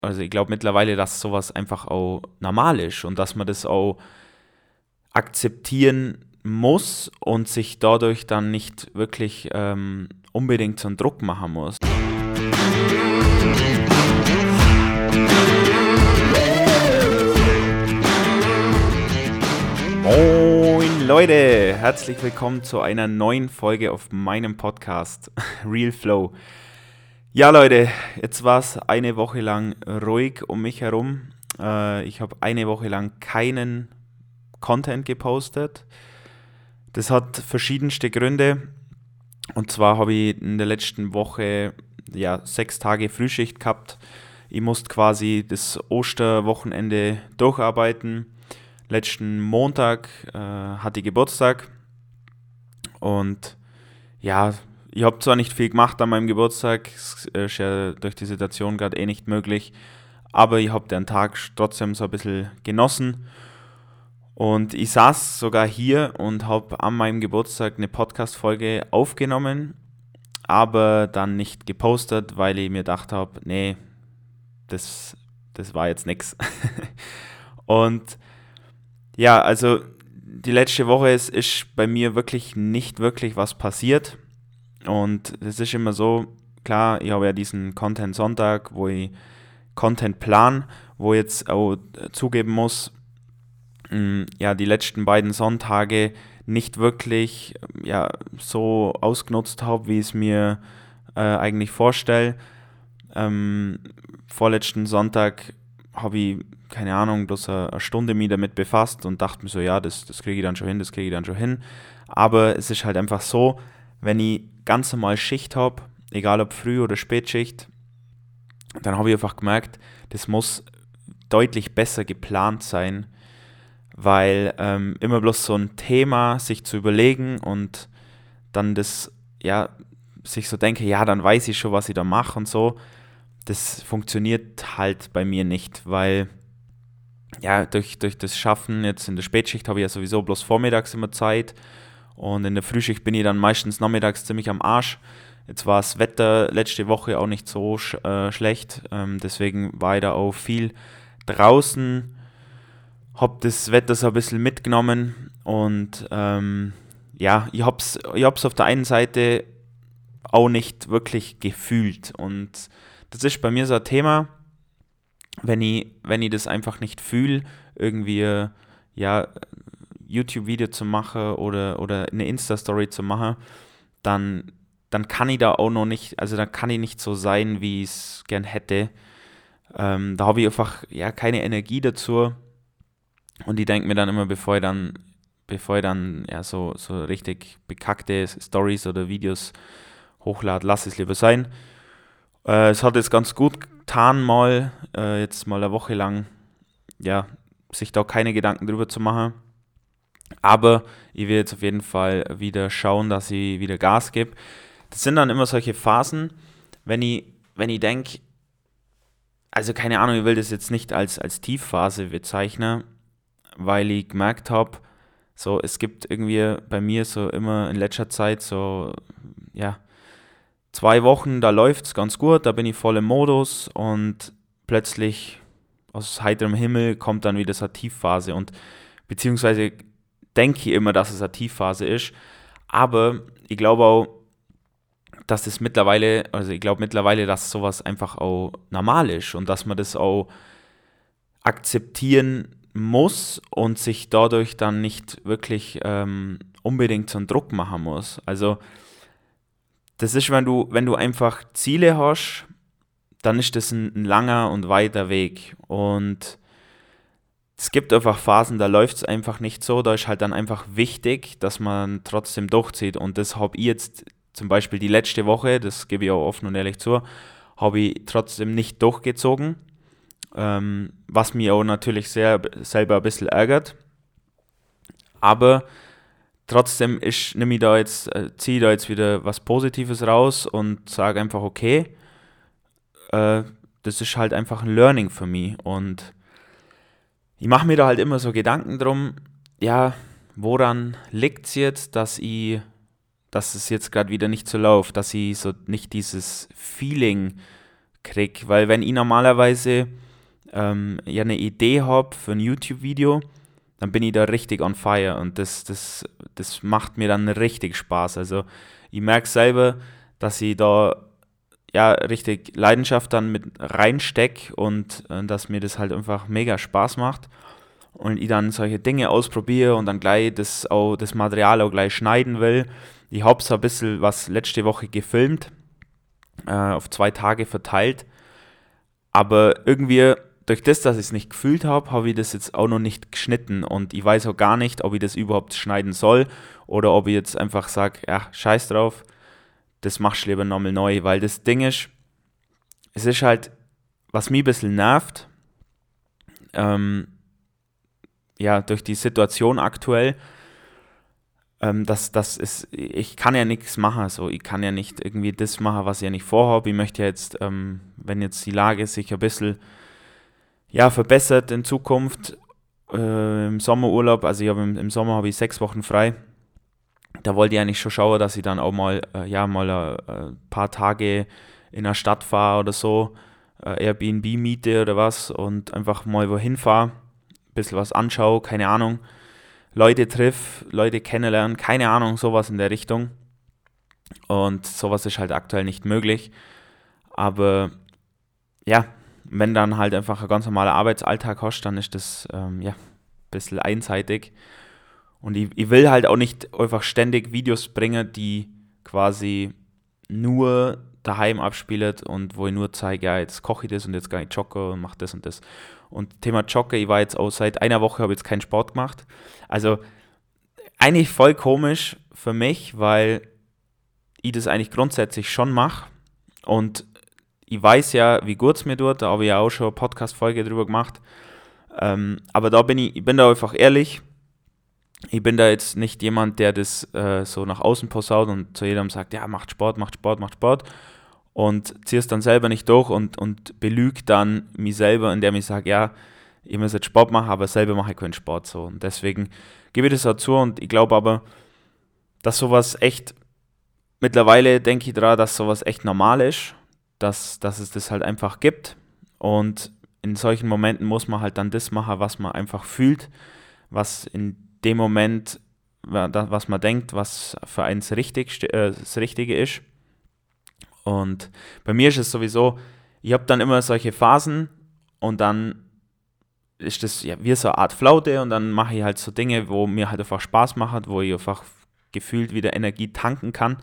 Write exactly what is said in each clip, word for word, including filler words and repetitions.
also ich glaube mittlerweile, dass sowas einfach auch normal ist und dass man das auch akzeptieren muss und sich dadurch dann nicht wirklich ähm, unbedingt so einen Druck machen muss. Moin Leute, herzlich willkommen zu einer neuen Folge auf meinem Podcast Real Flow. Ja Leute, jetzt war es eine Woche lang ruhig um mich herum. Äh, ich habe eine Woche lang keinen Content gepostet. Das hat verschiedenste Gründe. Und zwar habe ich in der letzten Woche ja, sechs Tage Frühschicht gehabt. Ich musste quasi das Osterwochenende durcharbeiten. Letzten Montag äh, hatte ich Geburtstag. Und ja, ich habe zwar nicht viel gemacht an meinem Geburtstag, es ist ja durch die Situation gerade eh nicht möglich, aber ich habe den Tag trotzdem so ein bisschen genossen. Und ich saß sogar hier und habe an meinem Geburtstag eine Podcast-Folge aufgenommen, aber dann nicht gepostet, weil ich mir gedacht habe, nee, das, das war jetzt nix. Und ja, also die letzte Woche ist, ist bei mir wirklich nicht wirklich was passiert. Und es ist immer so, klar, ich habe ja diesen Content-Sonntag, wo ich Content plan, wo ich jetzt auch zugeben muss, mh, ja, die letzten beiden Sonntage nicht wirklich ja, so ausgenutzt habe, wie ich es mir äh, eigentlich vorstelle. Ähm, vorletzten Sonntag habe ich, keine Ahnung, bloß eine, eine Stunde mich damit befasst und dachte mir so, ja, das, das kriege ich dann schon hin, das kriege ich dann schon hin. Aber es ist halt einfach so, wenn ich ganz normal Schicht habe, egal ob Früh- oder Spätschicht, dann habe ich einfach gemerkt, das muss deutlich besser geplant sein, weil ähm, immer bloß so ein Thema sich zu überlegen und dann das, ja, sich so denke, ja, dann weiß ich schon, was ich da mache und so, das funktioniert halt bei mir nicht, weil ja, durch, durch das Schaffen jetzt in der Spätschicht habe ich ja sowieso bloß vormittags immer Zeit und in der Frühschicht bin ich dann meistens nachmittags ziemlich am Arsch. Jetzt war das Wetter letzte Woche auch nicht so sch äh, schlecht, ähm, deswegen war ich da auch viel draußen, habe das Wetter so ein bisschen mitgenommen und ähm, ja, ich habe es ich hab's auf der einen Seite auch nicht wirklich gefühlt und das ist bei mir so ein Thema, wenn ich, wenn ich das einfach nicht fühle, irgendwie ja, YouTube-Video zu machen oder, oder eine Insta-Story zu machen, dann, dann kann ich da auch noch nicht, also dann kann ich nicht so sein, wie ich es gern hätte. Ähm, da habe ich einfach ja keine Energie dazu und ich denke mir dann immer, bevor ich dann, bevor ich dann ja so, so richtig bekackte Stories oder Videos hochlade, lass es lieber sein. Äh, es hat jetzt ganz gut getan, mal äh, jetzt mal eine Woche lang, ja, sich da keine Gedanken drüber zu machen. Aber ich will jetzt auf jeden Fall wieder schauen, dass ich wieder Gas gebe. Das sind dann immer solche Phasen, wenn ich, wenn ich denke, also keine Ahnung, ich will das jetzt nicht als, als Tiefphase bezeichnen, weil ich gemerkt habe, so es gibt irgendwie bei mir so immer in letzter Zeit so, ja, zwei Wochen, da läuft es ganz gut, da bin ich voll im Modus und plötzlich aus heiterem Himmel kommt dann wieder so eine Tiefphase und beziehungsweise denke ich immer, dass es eine Tiefphase ist, aber ich glaube auch, dass das mittlerweile, also ich glaube mittlerweile, dass sowas einfach auch normal ist und dass man das auch akzeptieren muss und sich dadurch dann nicht wirklich ähm, unbedingt so einen Druck machen muss. Also das ist, wenn du, wenn du einfach Ziele hast, dann ist das ein, ein langer und weiter Weg. Und es gibt einfach Phasen, da läuft es einfach nicht so. Da ist halt dann einfach wichtig, dass man trotzdem durchzieht. Und das habe ich jetzt zum Beispiel die letzte Woche, das gebe ich auch offen und ehrlich zu, habe ich trotzdem nicht durchgezogen. Ähm, was mich auch natürlich sehr, selber ein bisschen ärgert. Aber trotzdem ist, nehme ich da jetzt, äh, ziehe ich da jetzt wieder was Positives raus und sage einfach, okay, äh, das ist halt einfach ein Learning für mich. Und ich mache mir da halt immer so Gedanken drum, ja, woran liegt es jetzt, dass ich, dass es jetzt gerade wieder nicht so läuft, dass ich so nicht dieses Feeling kriege. Weil wenn ich normalerweise ähm, ja eine Idee habe für ein YouTube-Video, dann bin ich da richtig on fire und das, das, das macht mir dann richtig Spaß. Also ich merke selber, dass ich da ja richtig Leidenschaft dann mit reinstecke und äh, dass mir das halt einfach mega Spaß macht und ich dann solche Dinge ausprobiere und dann gleich das, auch, das Material auch gleich schneiden will. Ich habe so ein bisschen was letzte Woche gefilmt, äh, auf zwei Tage verteilt, aber irgendwie durch das, dass ich es nicht gefühlt habe, habe ich das jetzt auch noch nicht geschnitten und ich weiß auch gar nicht, ob ich das überhaupt schneiden soll oder ob ich jetzt einfach sage, ja, scheiß drauf, das machst du lieber nochmal neu, weil das Ding ist, es ist halt, was mich ein bisschen nervt, ähm, ja, durch die Situation aktuell, ähm, dass das ist, ich kann ja nichts machen, so, ich kann ja nicht irgendwie das machen, was ich ja nicht vorhabe. Ich möchte ja jetzt, ähm, wenn jetzt die Lage sich ein bisschen ja, verbessert in Zukunft, äh, im Sommerurlaub, also ich habe im, im Sommer habe ich sechs Wochen frei. Da wollte ich eigentlich schon schauen, dass ich dann auch mal, äh, ja, mal äh, ein paar Tage in der Stadt fahre oder so, äh, Airbnb miete oder was und einfach mal wohin fahre, ein bisschen was anschaue, keine Ahnung, Leute triff, Leute kennenlernen, keine Ahnung, sowas in der Richtung. Und sowas ist halt aktuell nicht möglich. Aber ja, wenn dann halt einfach ein ganz normaler Arbeitsalltag hast, dann ist das ähm, ja, ein bisschen einseitig. Und ich, ich will halt auch nicht einfach ständig Videos bringen, die quasi nur daheim abspielen und wo ich nur zeige, ja, jetzt koche ich das und jetzt gehe ich joggen und mache das und das. Und Thema Joggen, ich war jetzt auch seit einer Woche, habe jetzt keinen Sport gemacht. Also eigentlich voll komisch für mich, weil ich das eigentlich grundsätzlich schon mache. Und ich weiß ja, wie gut es mir tut, da habe ich ja auch schon eine Podcast-Folge drüber gemacht. Ähm, aber da bin ich, ich bin da einfach ehrlich. Ich bin da jetzt nicht jemand, der das äh, so nach außen posaunt und zu jedem sagt, ja, macht Sport, macht Sport, macht Sport. Und ziehe es dann selber nicht durch und, und belüge dann mich selber, indem ich sage, ja, ich muss jetzt Sport machen, aber selber mache ich keinen Sport. So. Und deswegen gebe ich das auch zu und ich glaube aber, dass sowas echt, mittlerweile denke ich daran, dass sowas echt normal ist, dass, dass es das halt einfach gibt. Und in solchen Momenten muss man halt dann das machen, was man einfach fühlt, was in dem Moment, was man denkt, was für einen das, richtig, äh, das Richtige ist. Und bei mir ist es sowieso, ich habe dann immer solche Phasen und dann ist das ja wie so eine Art Flaute und dann mache ich halt so Dinge, wo mir halt einfach Spaß macht, wo ich einfach gefühlt wieder Energie tanken kann.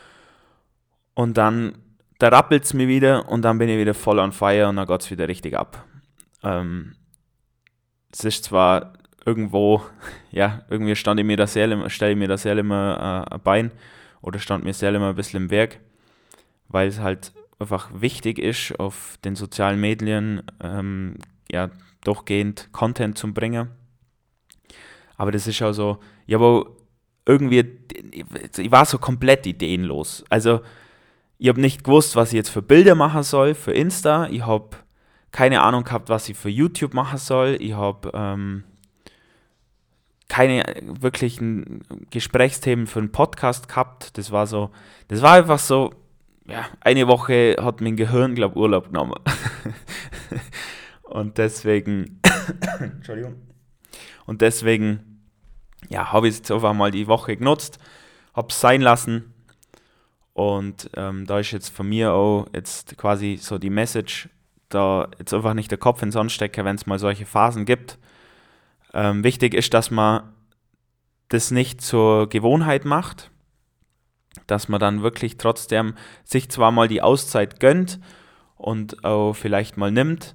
Und dann, da rappelt es mir wieder und dann bin ich wieder voll on fire und dann geht es wieder richtig ab. Ähm, es ist zwar irgendwo, ja, irgendwie stand ich mir das sehr, stelle ich mir das sehr immer äh, ein Bein oder stand mir sehr immer ein bisschen im Weg, weil es halt einfach wichtig ist, auf den sozialen Medien ähm, ja, durchgehend Content zu bringen. Aber das ist auch so, ich habe auch irgendwie, ich war so komplett ideenlos. Also ich habe nicht gewusst, was ich jetzt für Bilder machen soll für Insta. Ich habe keine Ahnung gehabt, was ich für YouTube machen soll. Ich habe ähm, keine wirklichen Gesprächsthemen für einen Podcast gehabt. Das war so, das war einfach so, ja, eine Woche hat mein Gehirn, glaube ich, Urlaub genommen. Und deswegen, Entschuldigung. Und deswegen, ja, habe ich jetzt einfach mal die Woche genutzt, habe es sein lassen. Und ähm, da ist jetzt von mir auch jetzt quasi so die Message, da jetzt einfach nicht der Kopf ins Sand stecken, wenn es mal solche Phasen gibt. Ähm, wichtig ist, dass man das nicht zur Gewohnheit macht, dass man dann wirklich trotzdem sich zwar mal die Auszeit gönnt und auch vielleicht mal nimmt,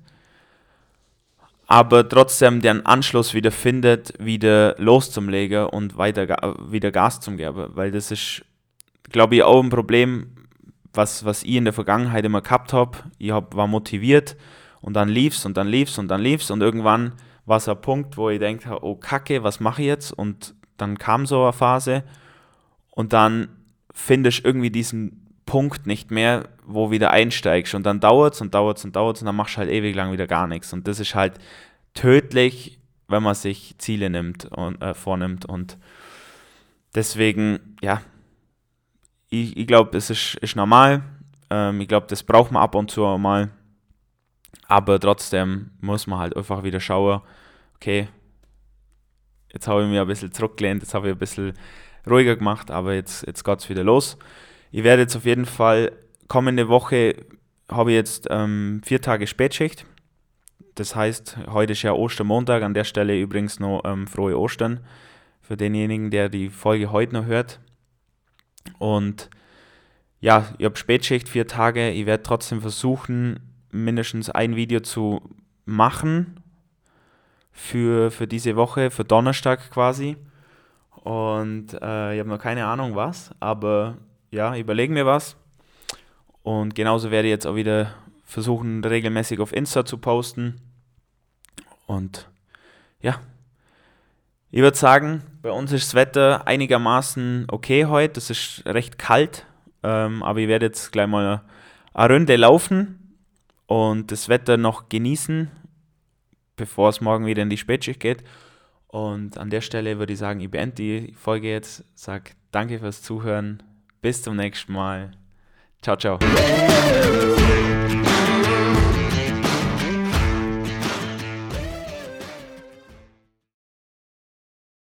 aber trotzdem den Anschluss wieder findet, wieder loszulegen und weiter wieder Gas zum geben, weil das ist, glaube ich, auch ein Problem, was, was ich in der Vergangenheit immer gehabt habe. Ich hab, war motiviert und dann lief's und dann lief's und dann lief's und irgendwann war es ein Punkt, wo ich denke, oh Kacke, was mache ich jetzt? Und dann kam so eine Phase und dann findest du irgendwie diesen Punkt nicht mehr, wo wieder einsteigst und dann dauert es und dauert es und dauert es und dann machst du halt ewig lang wieder gar nichts und das ist halt tödlich, wenn man sich Ziele nimmt und äh, vornimmt und deswegen, ja, ich, ich glaube, es ist, ist normal Ähm, ich glaube, das braucht man ab und zu mal. Aber trotzdem muss man halt einfach wieder schauen, okay, jetzt habe ich mich ein bisschen zurückgelehnt, jetzt habe ich ein bisschen ruhiger gemacht, aber jetzt, jetzt geht es wieder los. Ich werde jetzt auf jeden Fall, kommende Woche habe ich jetzt ähm, vier Tage Spätschicht. Das heißt, heute ist ja Ostermontag, an der Stelle übrigens noch ähm, frohe Ostern für denjenigen, der die Folge heute noch hört. Und ja, ich habe Spätschicht, vier Tage. Ich werde trotzdem versuchen, mindestens ein Video zu machen für, für diese Woche, für Donnerstag quasi. Und äh, ich habe noch keine Ahnung was, aber ja, überlege mir was. Und genauso werde ich jetzt auch wieder versuchen, regelmäßig auf Insta zu posten. Und ja, ich würde sagen, bei uns ist das Wetter einigermaßen okay heute. Es ist recht kalt, ähm, aber ich werde jetzt gleich mal eine Runde laufen und das Wetter noch genießen, bevor es morgen wieder in die Spätschicht geht. Und an der Stelle würde ich sagen, ich beende die Folge jetzt. Sag danke fürs Zuhören. Bis zum nächsten Mal. Ciao, ciao.